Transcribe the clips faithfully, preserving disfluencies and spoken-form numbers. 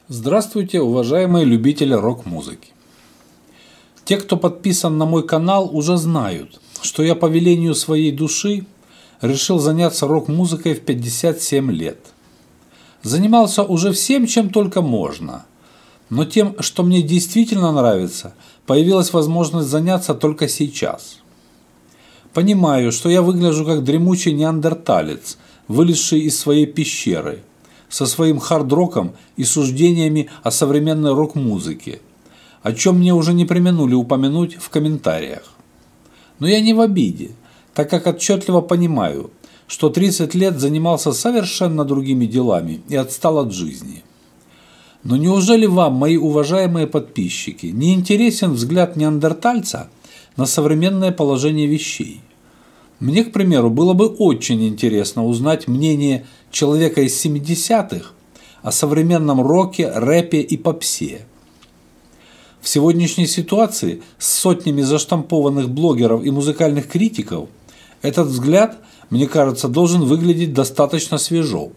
Здравствуйте, уважаемые любители рок-музыки. Те, кто подписан на мой канал, уже знают, что я по велению своей души решил заняться рок-музыкой в пятьдесят семь лет. Занимался уже всем, чем только можно, но тем, что мне действительно нравится, появилась возможность заняться только сейчас. Понимаю, что я выгляжу как дремучий неандерталец, вылезший из своей пещеры, со своим хард-роком и суждениями о современной рок-музыке, о чем мне уже не преминули упомянуть в комментариях. Но я не в обиде, так как отчетливо понимаю, что тридцать лет занимался совершенно другими делами и отстал от жизни. Но неужели вам, мои уважаемые подписчики, не интересен взгляд неандертальца на современное положение вещей? Мне, к примеру, было бы очень интересно узнать мнение человека из семидесятых о современном роке, рэпе и попсе. В сегодняшней ситуации с сотнями заштампованных блогеров и музыкальных критиков этот взгляд, мне кажется, должен выглядеть достаточно свежо.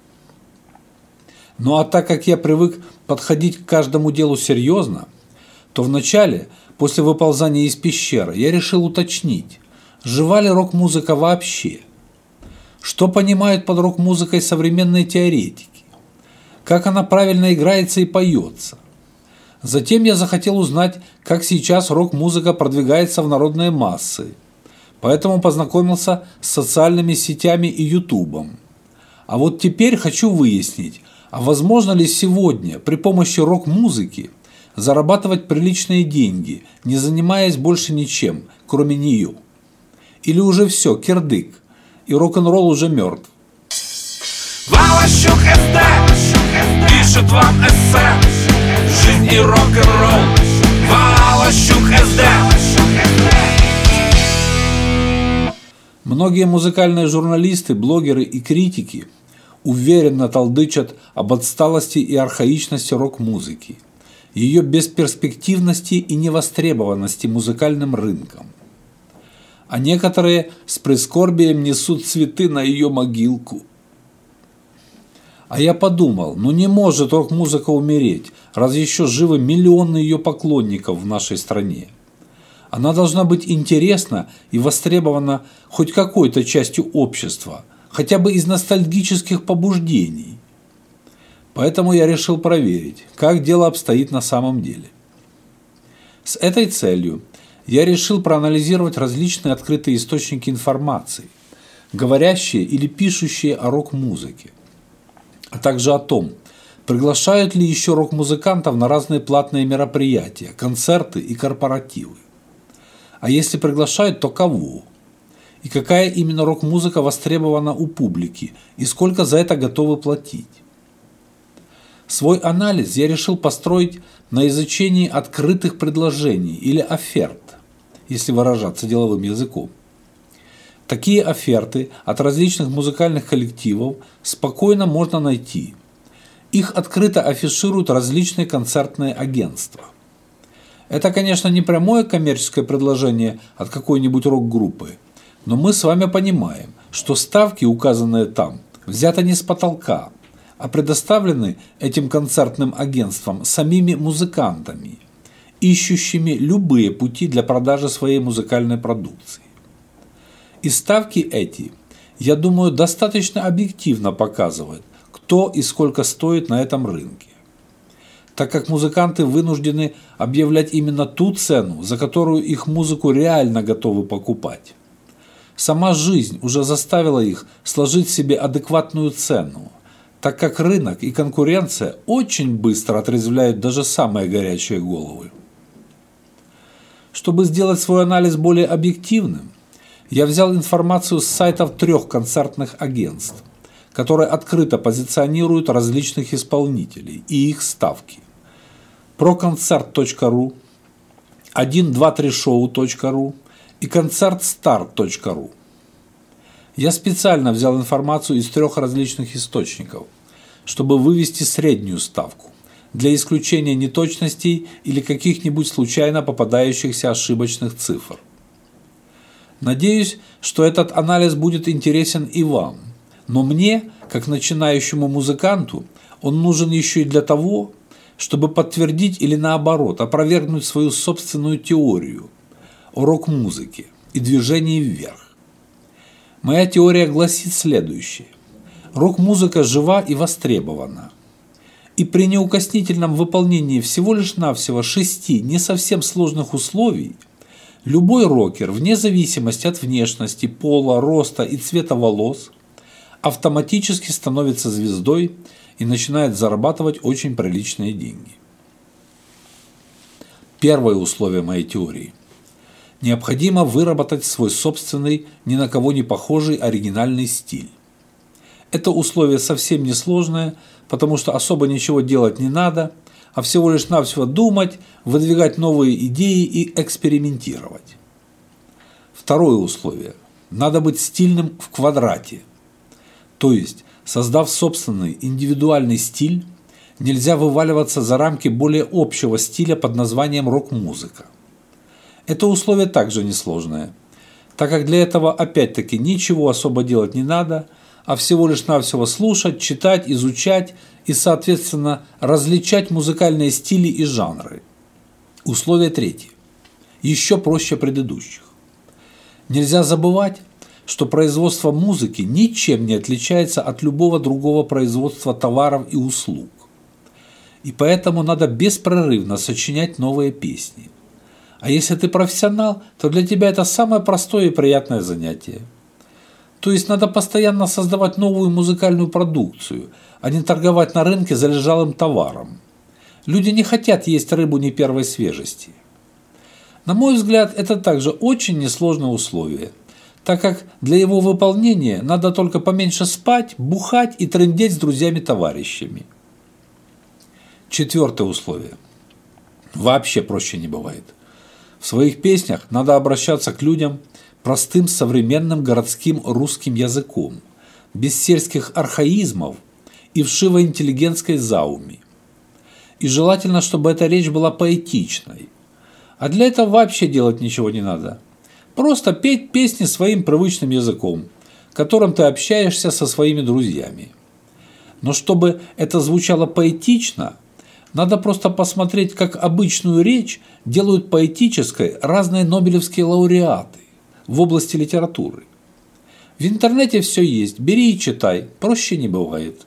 Ну а так как я привык подходить к каждому делу серьезно, то вначале, после выползания из пещеры, я решил уточнить, жива ли рок-музыка вообще? Что понимают под рок-музыкой современные теоретики? Как она правильно играется и поется? Затем я захотел узнать, как сейчас рок-музыка продвигается в народные массы. Поэтому познакомился с социальными сетями и ютубом. А вот теперь хочу выяснить, а возможно ли сегодня при помощи рок-музыки зарабатывать приличные деньги, не занимаясь больше ничем, кроме нее? Или уже все, кирдык, и рок-н-ролл уже мертв? Валащук СД пишет вам эссе «Жизнь и рок-н-ролл». Валащук СД. Многие музыкальные журналисты, блогеры и критики уверенно толдычат об отсталости и архаичности рок-музыки, ее бесперспективности и невостребованности музыкальным рынком. А некоторые с прискорбием несут цветы на ее могилку. А я подумал, ну не может рок-музыка умереть, раз еще живы миллионы ее поклонников в нашей стране. Она должна быть интересна и востребована хоть какой-то частью общества, хотя бы из ностальгических побуждений. Поэтому я решил проверить, как дело обстоит на самом деле. С этой целью я решил проанализировать различные открытые источники информации, говорящие или пишущие о рок-музыке, а также о том, приглашают ли еще рок-музыкантов на разные платные мероприятия, концерты и корпоративы. А если приглашают, то кого? И какая именно рок-музыка востребована у публики, и сколько за это готовы платить? Свой анализ я решил построить на изучении открытых предложений или оферт, если выражаться деловым языком. Такие оферты от различных музыкальных коллективов спокойно можно найти. Их открыто афишируют различные концертные агентства. Это, конечно, не прямое коммерческое предложение от какой-нибудь рок-группы, но мы с вами понимаем, что ставки, указанные там, взяты не с потолка, а предоставлены этим концертным агентствам самими музыкантами, ищущими любые пути для продажи своей музыкальной продукции. И ставки эти, я думаю, достаточно объективно показывают, кто и сколько стоит на этом рынке, так как музыканты вынуждены объявлять именно ту цену, за которую их музыку реально готовы покупать. Сама жизнь уже заставила их сложить себе адекватную цену, так как рынок и конкуренция очень быстро отрезвляют даже самые горячие головы. Чтобы сделать свой анализ более объективным, я взял информацию с сайтов трех концертных агентств, которые открыто позиционируют различных исполнителей и их ставки: проконцерт точка ру, один два три шоу точка ру и концертстар точка ру. Я специально взял информацию из трех различных источников, чтобы вывести среднюю ставку, для исключения неточностей или каких-нибудь случайно попадающихся ошибочных цифр. Надеюсь, что этот анализ будет интересен и вам, но мне, как начинающему музыканту, он нужен еще и для того, чтобы подтвердить или наоборот опровергнуть свою собственную теорию о рок-музыке и движении вверх. Моя теория гласит следующее. Рок-музыка жива и востребована. И при неукоснительном выполнении всего лишь навсего шести не совсем сложных условий любой рокер, вне зависимости от внешности, пола, роста и цвета волос, автоматически становится звездой и начинает зарабатывать очень приличные деньги. Первое условие моей теории. Необходимо выработать свой собственный, ни на кого не похожий оригинальный стиль. Это условие совсем не сложное, потому что особо ничего делать не надо, а всего лишь навсего думать, выдвигать новые идеи и экспериментировать. Второе условие. Надо быть стильным в квадрате. То есть, создав собственный индивидуальный стиль, нельзя вываливаться за рамки более общего стиля под названием рок-музыка. Это условие также несложное, так как для этого опять-таки ничего особо делать не надо, а всего лишь навсего слушать, читать, изучать и, соответственно, различать музыкальные стили и жанры. Условие третье. Еще проще предыдущих. Нельзя забывать, что производство музыки ничем не отличается от любого другого производства товаров и услуг. И поэтому надо беспрерывно сочинять новые песни. А если ты профессионал, то для тебя это самое простое и приятное занятие. То есть надо постоянно создавать новую музыкальную продукцию, а не торговать на рынке залежалым товаром. Люди не хотят есть рыбу не первой свежести. На мой взгляд, это также очень несложное условие, так как для его выполнения надо только поменьше спать, бухать и трындеть с друзьями-товарищами. Четвертое условие. Вообще проще не бывает. В своих песнях надо обращаться к людям простым современным городским русским языком, без сельских архаизмов и вшиво-интеллигентской зауми. И желательно, чтобы эта речь была поэтичной. А для этого вообще делать ничего не надо. Просто петь песни своим привычным языком, которым ты общаешься со своими друзьями. Но чтобы это звучало поэтично, надо просто посмотреть, как обычную речь делают поэтической разные нобелевские лауреаты в области литературы. В интернете все есть, бери и читай, проще не бывает.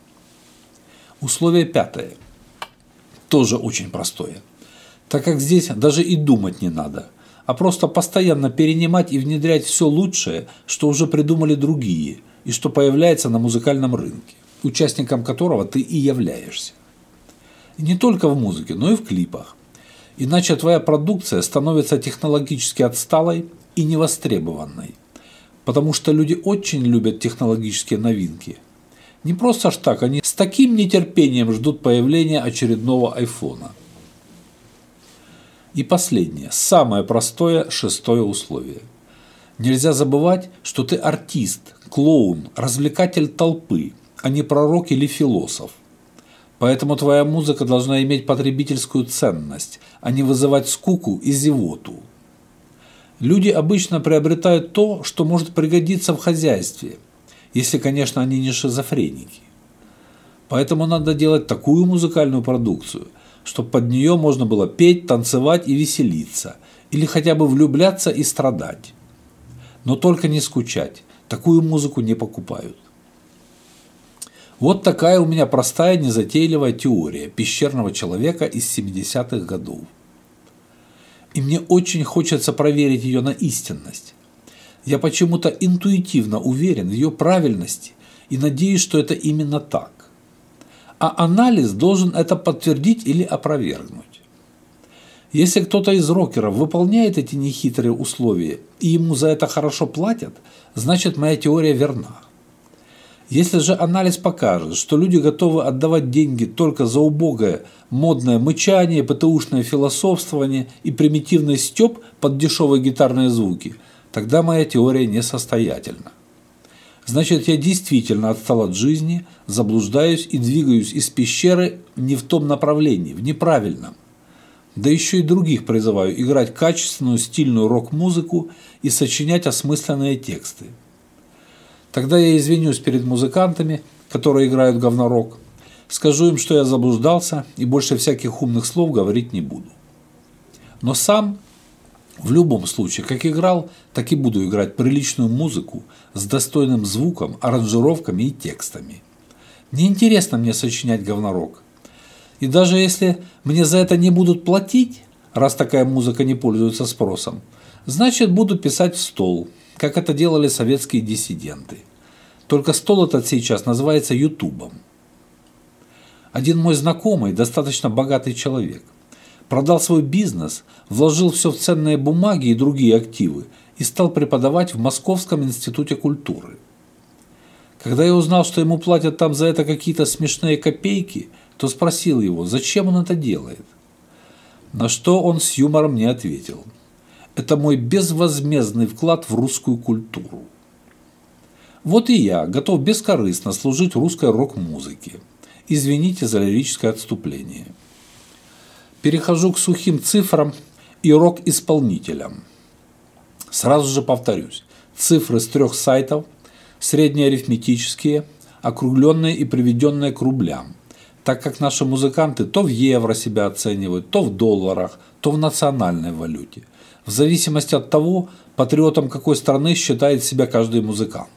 Условие пятое. Тоже очень простое, так как здесь даже и думать не надо, а просто постоянно перенимать и внедрять все лучшее, что уже придумали другие и что появляется на музыкальном рынке, участником которого ты и являешься. И не только в музыке, но и в клипах. Иначе твоя продукция становится технологически отсталой и невостребованной, потому что люди очень любят технологические новинки. Не просто ж так, они с таким нетерпением ждут появления очередного айфона. И последнее, самое простое, шестое условие. Нельзя забывать, что ты артист, клоун, развлекатель толпы, а не пророк или философ. Поэтому твоя музыка должна иметь потребительскую ценность, а не вызывать скуку и зевоту. Люди обычно приобретают то, что может пригодиться в хозяйстве, если, конечно, они не шизофреники. Поэтому надо делать такую музыкальную продукцию, чтобы под нее можно было петь, танцевать и веселиться, или хотя бы влюбляться и страдать. Но только не скучать, такую музыку не покупают. Вот такая у меня простая, незатейливая теория пещерного человека из семидесятых годов. И мне очень хочется проверить ее на истинность. Я почему-то интуитивно уверен в ее правильности и надеюсь, что это именно так. А анализ должен это подтвердить или опровергнуть. Если кто-то из рокеров выполняет эти нехитрые условия и ему за это хорошо платят, значит моя теория верна. Если же анализ покажет, что люди готовы отдавать деньги только за убогое модное мычание, ПТУшное философствование и примитивный стёб под дешевые гитарные звуки, тогда моя теория несостоятельна. Значит, я действительно отстал от жизни, заблуждаюсь и двигаюсь из пещеры не в том направлении, в неправильном. Да еще и других призываю играть качественную стильную рок-музыку и сочинять осмысленные тексты. Тогда я извинюсь перед музыкантами, которые играют говнорок, Скажу им, что я заблуждался и больше всяких умных слов говорить не буду. Но сам в любом случае, как играл, так и буду играть приличную музыку с достойным звуком, аранжировками и текстами. Неинтересно мне сочинять говнорок. И даже если мне за это не будут платить, раз такая музыка не пользуется спросом, значит, буду писать в стол, как это делали советские диссиденты. Только стол этот сейчас называется ютубом. Один мой знакомый, достаточно богатый человек, продал свой бизнес, вложил все в ценные бумаги и другие активы и стал преподавать в Московском институте культуры. Когда я узнал, что ему платят там за это какие-то смешные копейки, то спросил его, зачем он это делает. На что он с юмором мне ответил: это мой безвозмездный вклад в русскую культуру. Вот и я готов бескорыстно служить русской рок-музыке. Извините за лирическое отступление. Перехожу к сухим цифрам и рок-исполнителям. Сразу же повторюсь. Цифры с трех сайтов, среднеарифметические, округленные и приведенные к рублям, так как наши музыканты то в евро себя оценивают, то в долларах, то в национальной валюте, в зависимости от того, патриотом какой страны считает себя каждый музыкант.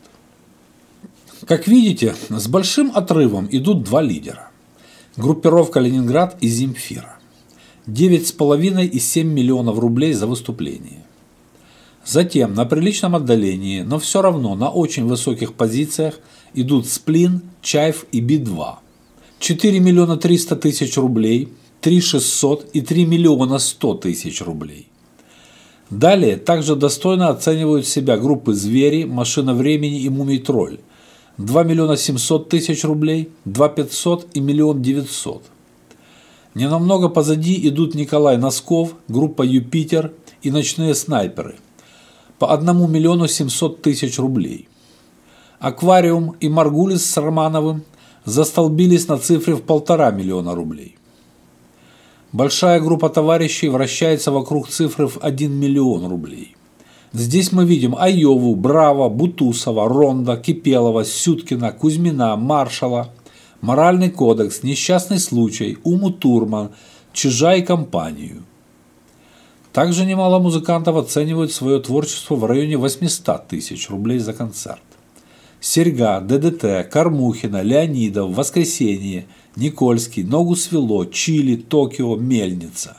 Как видите, с большим отрывом идут два лидера. Группировка «Ленинград» и «Земфира». девять с половиной и семь миллионов рублей за выступление. Затем на приличном отдалении, но все равно на очень высоких позициях идут «Сплин», «Чайф» и Би два. четыре миллиона триста тысяч рублей, три шестьсот и три миллиона сто тысяч рублей. Далее также достойно оценивают себя группы «Звери», «Машина времени» и «Мумий-тролль». два миллиона семьсот тысяч рублей, два пятьсот и миллион девятьсот. Ненамного позади идут Николай Носков, группа «Юпитер» и «Ночные снайперы» по одному миллиону семьсот тысяч рублей. «Аквариум» и Маргулис с Романовым застолбились на цифре в полтора миллиона рублей. Большая группа товарищей вращается вокруг цифры в один миллион рублей. Здесь мы видим Айову, Браво, Бутусова, Ронда, Кипелова, Сюткина, Кузьмина, Маршала, Моральный кодекс, Несчастный случай, Уму Турман, Чижа и компанию. Также немало музыкантов оценивают свое творчество в районе восемьсот тысяч рублей за концерт. Серьга, ДДТ, Кормухина, Леонидов, Воскресенье, Никольский, Ногу свело, Чили, Токио, Мельница.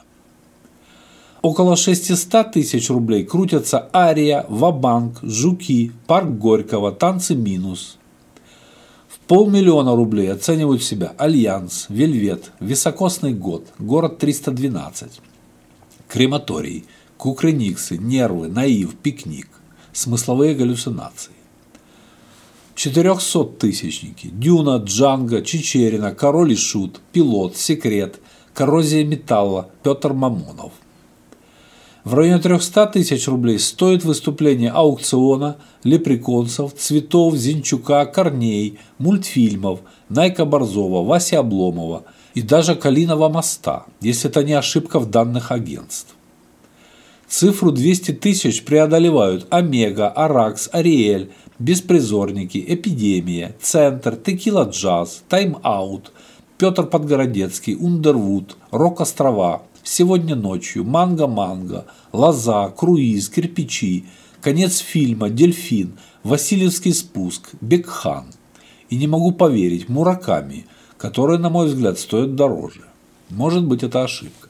Около шестьсот тысяч рублей крутятся Ария, Ва-банк, Жуки, Парк Горького, Танцы минус. В полмиллиона рублей оценивают себя Альянс, Вельвет, Високосный год, Город триста двенадцать, Крематорий, Кукрыниксы, Нервы, Наив, Пикник, Смысловые галлюцинации. Четырехсоттысячники, Дюна, Джанго, Чичерина, Король и Шут, Пилот, Секрет, Коррозия металла, Петр Мамонов. В районе трехсот тысяч рублей стоит выступление Аукциона, Лепреконцев, Цветов, Зинчука, Корней, мультфильмов, Найка Борзова, Васи Обломова и даже Калинова моста, если это не ошибка в данных агентств. Цифру двести тысяч преодолевают Омега, Аракс, Ариэль, Беспризорники, Эпидемия, Центр, Текила Джаз, Тайм-аут, Петр Подгородецкий, Ундервуд, Рок-острова, Сегодня ночью, Манго-манго, Лоза, Круиз, Кирпичи, Конец фильма, Дельфин, Васильевский спуск, Бекхан. И не могу поверить, Мураками, которые, на мой взгляд, стоят дороже. Может быть, это ошибка.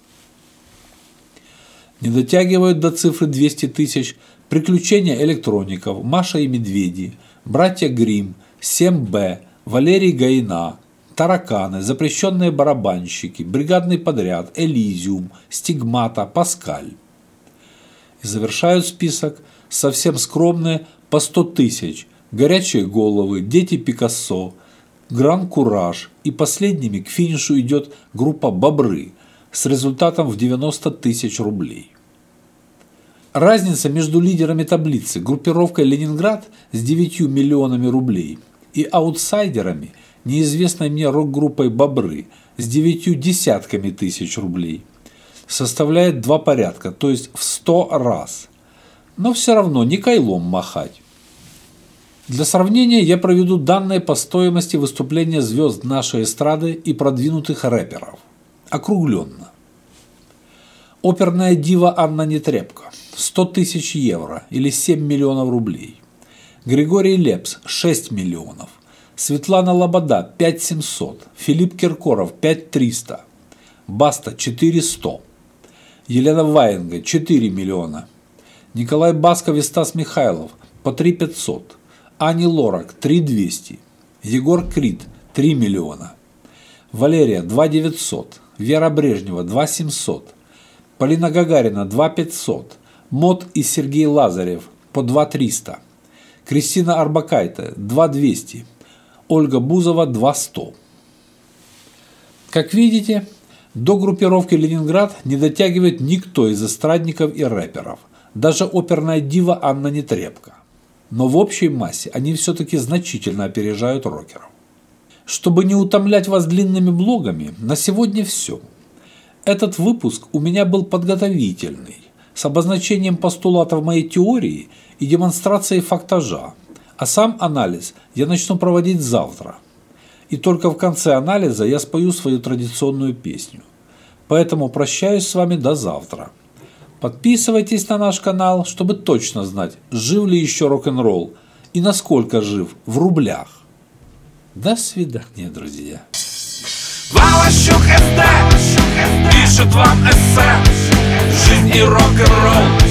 Не дотягивают до цифры двести тысяч Приключения электроников, Маша и Медведи, Братья Гримм, семь бэ, Валерий Гаина, Тараканы, Запрещенные барабанщики, Бригадный подряд, Элизиум, Стигмата, Паскаль. И завершают список совсем скромные по сто тысяч Горячие головы, Дети Пикассо, Гран Кураж, и последними к финишу идет группа Бобры с результатом в девяносто тысяч рублей. Разница между лидерами таблицы, группировкой «Ленинград» с девятью миллионами рублей и аутсайдерами, неизвестной мне рок-группой «Бобры» с девятью десятками тысяч рублей, составляет два порядка, то есть в сто раз. Но все равно не кайлом махать. Для сравнения я проведу данные по стоимости выступления звезд нашей эстрады и продвинутых рэперов. Округленно. Оперная дива Анна Нетребко – сто тысяч евро или семь миллионов рублей. Григорий Лепс – шесть миллионов. Светлана Лобода – пять тысяч семьсот. Филипп Киркоров – пять тысяч триста. Баста – четыре тысячи сто. Елена Ваенга – четыре миллиона. Николай Басков и Стас Михайлов – по три тысячи пятьсот. Ани Лорак – три тысячи двести. Егор Крид – три миллиона. Валерия – два тысячи девятьсот. Вера Брежнева – два тысячи семьсот. Полина Гагарина – два тысячи пятьсот. Мот и Сергей Лазарев – по два тысячи триста. Кристина Арбакайте – два тысячи двести. Ольга Бузова – два тысячи сто. Как видите, до группировки «Ленинград» не дотягивает никто из эстрадников и рэперов, даже оперная дива Анна Нетребко. Но в общей массе они все-таки значительно опережают рокеров. Чтобы не утомлять вас длинными блогами, на сегодня все. Этот выпуск у меня был подготовительный, с обозначением постулатов моей теории и демонстрацией фактажа, а сам анализ я начну проводить завтра. И только в конце анализа я спою свою традиционную песню. Поэтому прощаюсь с вами до завтра. Подписывайтесь на наш канал, чтобы точно знать, жив ли еще рок-н-ролл и насколько жив в рублях. До свидания, друзья. Валащук эс дэ пишет вам эссе. Жизнь и рок-н-ролл.